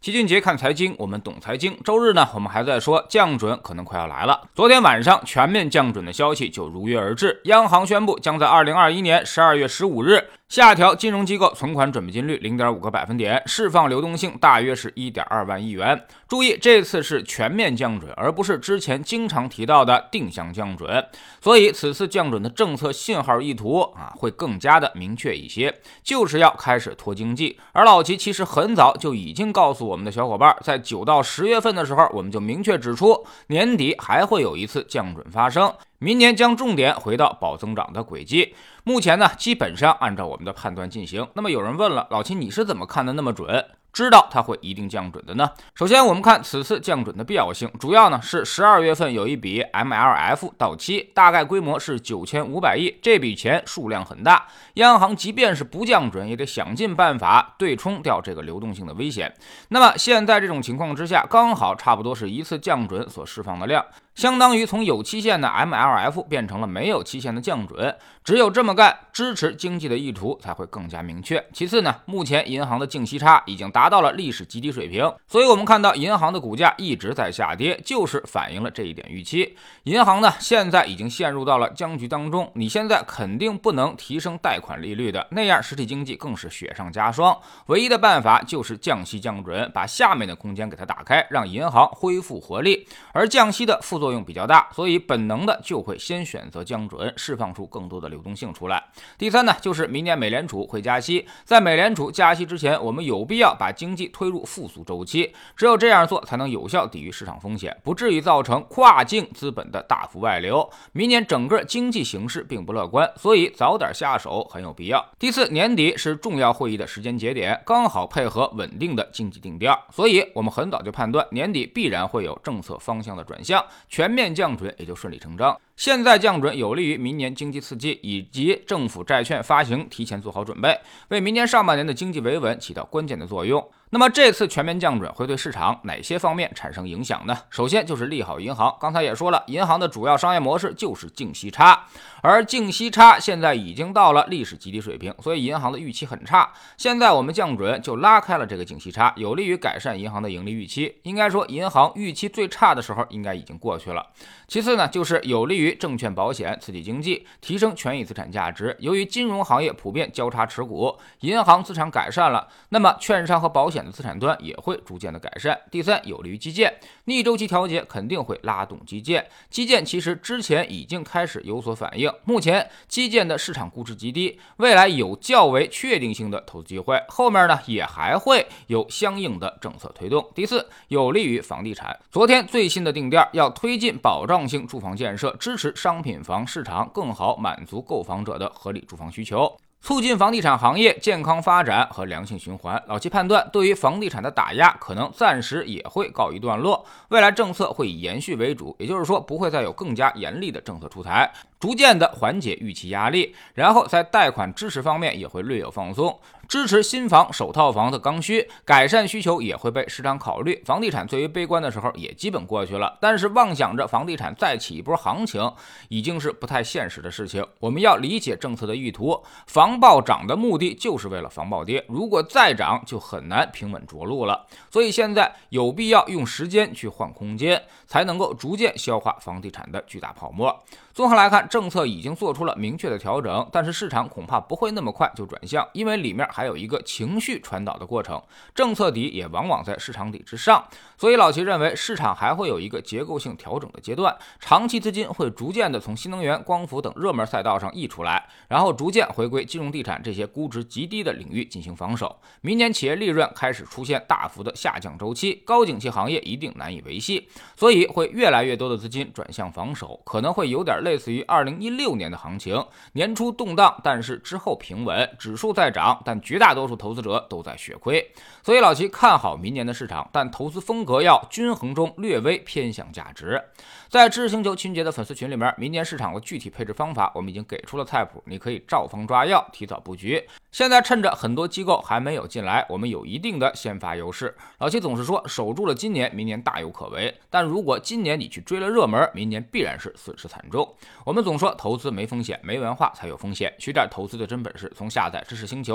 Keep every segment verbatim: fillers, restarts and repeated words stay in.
齐俊杰看财经，我们懂财经。周日呢，我们还在说降准可能快要来了。昨天晚上全面降准的消息就如约而至，央行宣布将在二零二一年十二月十五日下调金融机构存款准备金率 零点五个百分点，释放流动性大约是 一点二万亿元。注意，这次是全面降准，而不是之前经常提到的定向降准。所以此次降准的政策信号意图啊，会更加的明确一些，就是要开始拖经济。而老齐其实很早就已经告诉我们的小伙伴，在九到十月份的时候，我们就明确指出，年底还会有一次降准发生。明年将重点回到保增长的轨迹，目前呢，基本上按照我们的判断进行。那么有人问了，老齐你是怎么看的那么准？知道它会一定降准的呢？首先我们看此次降准的必要性，主要呢是十二月份有一笔 M L F 到期，大概规模是九千五百亿，这笔钱数量很大，央行即便是不降准，也得想尽办法对冲掉这个流动性的危险。那么现在这种情况之下，刚好差不多是一次降准所释放的量，相当于从有期限的 M L F 变成了没有期限的降准，只有这么干，支持经济的意图才会更加明确。其次呢，目前银行的净息差已经达到了历史极低水平，所以我们看到银行的股价一直在下跌，就是反映了这一点预期。银行呢，现在已经陷入到了僵局当中，你现在肯定不能提升贷款利率的，那样实体经济更是雪上加霜。唯一的办法就是降息降准，把下面的空间给它打开，让银行恢复活力。而降息的副作用比较大，所以本能的就会先选择降准，释放出更多的流动性出来。第三呢，就是明年美联储会加息，在美联储加息之前，我们有必要把经济推入复苏周期，只有这样做才能有效抵御市场风险，不至于造成跨境资本的大幅外流。明年整个经济形势并不乐观，所以早点下手很有必要。第四，年底是重要会议的时间节点，刚好配合稳定的经济定调，所以我们很早就判断年底必然会有政策方向的转向，全面降准也就顺理成章。现在降准有利于明年经济刺激以及政府债券发行提前做好准备，为明年上半年的经济维稳起到关键的作用。那么这次全面降准会对市场哪些方面产生影响呢？首先就是利好银行，刚才也说了，银行的主要商业模式就是净息差，而净息差现在已经到了历史极低水平，所以银行的预期很差。现在我们降准就拉开了这个净息差，有利于改善银行的盈利预期。应该说银行预期最差的时候应该已经过去了。其次呢，就是有利于证券保险刺激经济，提升权益资产价值。由于金融行业普遍交叉持股，银行资产改善了，那么券商和保险的资产端也会逐渐的改善。第三，有利于基建，逆周期调节肯定会拉动基建。基建其实之前已经开始有所反应，目前基建的市场估值极低，未来有较为确定性的投资机会，后面呢也还会有相应的政策推动。第四，有利于房地产。昨天最新的定调要推进保障性住房建设，支持商品房市场更好满足购房者的合理住房需求，促进房地产行业健康发展和良性循环。老齐判断，对于房地产的打压可能暂时也会告一段落，未来政策会以延续为主，也就是说不会再有更加严厉的政策出台，逐渐的缓解预期压力，然后在贷款支持方面也会略有放松，支持新房首套房的刚需，改善需求也会被市场考虑。房地产最为悲观的时候也基本过去了，但是妄想着房地产再起一波行情已经是不太现实的事情。我们要理解政策的意图，房暴涨的目的就是为了防暴跌，如果再涨就很难平稳着陆了。所以现在有必要用时间去换空间，才能够逐渐消化房地产的巨大泡沫。综合来看，政策已经做出了明确的调整，但是市场恐怕不会那么快就转向，因为里面还有一个情绪传导的过程，政策底也往往在市场底之上，所以老齐认为市场还会有一个结构性调整的阶段，长期资金会逐渐的从新能源、光伏等热门赛道上溢出来，然后逐渐回归金融地产这些估值极低的领域进行防守。明年企业利润开始出现大幅的下降周期，高景气行业一定难以维系，所以会越来越多的资金转向防守，可能会有点类似于二零一六年的行情，年初动荡，但是之后平稳，指数在涨，但绝大多数投资者都在血亏。所以老齐看好明年的市场，但投资风格要均衡中略微偏向价值。在知识星球秦杰的粉丝群里面，明年市场的具体配置方法我们已经给出了菜谱，你可以照方抓药，提早布局。现在趁着很多机构还没有进来，我们有一定的先发优势。老齐总是说，守住了今年，明年大有可为，但如果今年你去追了热门，明年必然是损失惨重。我们总说投资没风险，没文化才有风险，学点投资的真本事，从下载知识星球找秦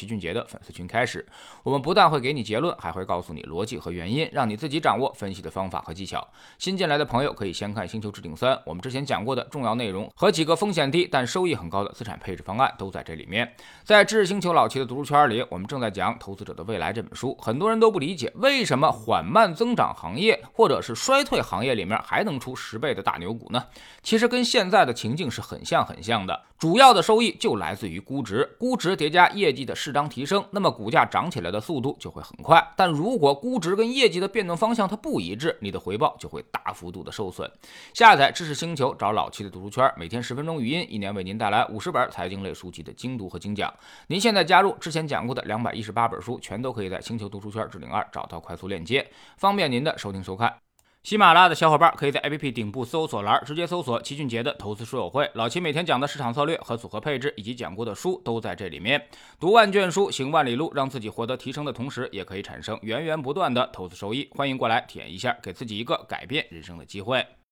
齐俊杰的粉丝群开始。我们不但会给你结论，还会告诉你逻辑和原因，让你自己掌握分析的方法和技巧。新进来的朋友可以先看《星球置顶三》，我们之前讲过的重要内容和几个风险低但收益很高的资产配置方案都在这里面。在知识星球老齐的读书圈里，我们正在讲《投资者的未来》这本书，很多人都不理解为什么缓慢增长行业或者是衰退行业里面还能出十倍的大牛股呢？其实跟现在的情境是很像很像的，主要的收益就来自于估值，估值叠加业绩的适当提升，那么股价涨起来的速度就会很快。但如果估值跟业绩的变动方向它不一致，你的回报就会大幅度的受损。下载知识星球，找老七的读书圈，每天十分钟语音，一年为您带来五十本财经类书籍的精读和精讲。您现在加入之前讲过的两百一十八本书，全都可以在星球读书圈置顶二找到快速链接，方便您的收听收看。喜马拉雅的小伙伴可以在 A P P 顶部搜索栏直接搜索齐俊杰的投资书友会，老齐每天讲的市场策略和组合配置以及讲过的书都在这里面。读万卷书，行万里路，让自己获得提升的同时，也可以产生源源不断的投资收益。欢迎过来体验一下，给自己一个改变人生的机会。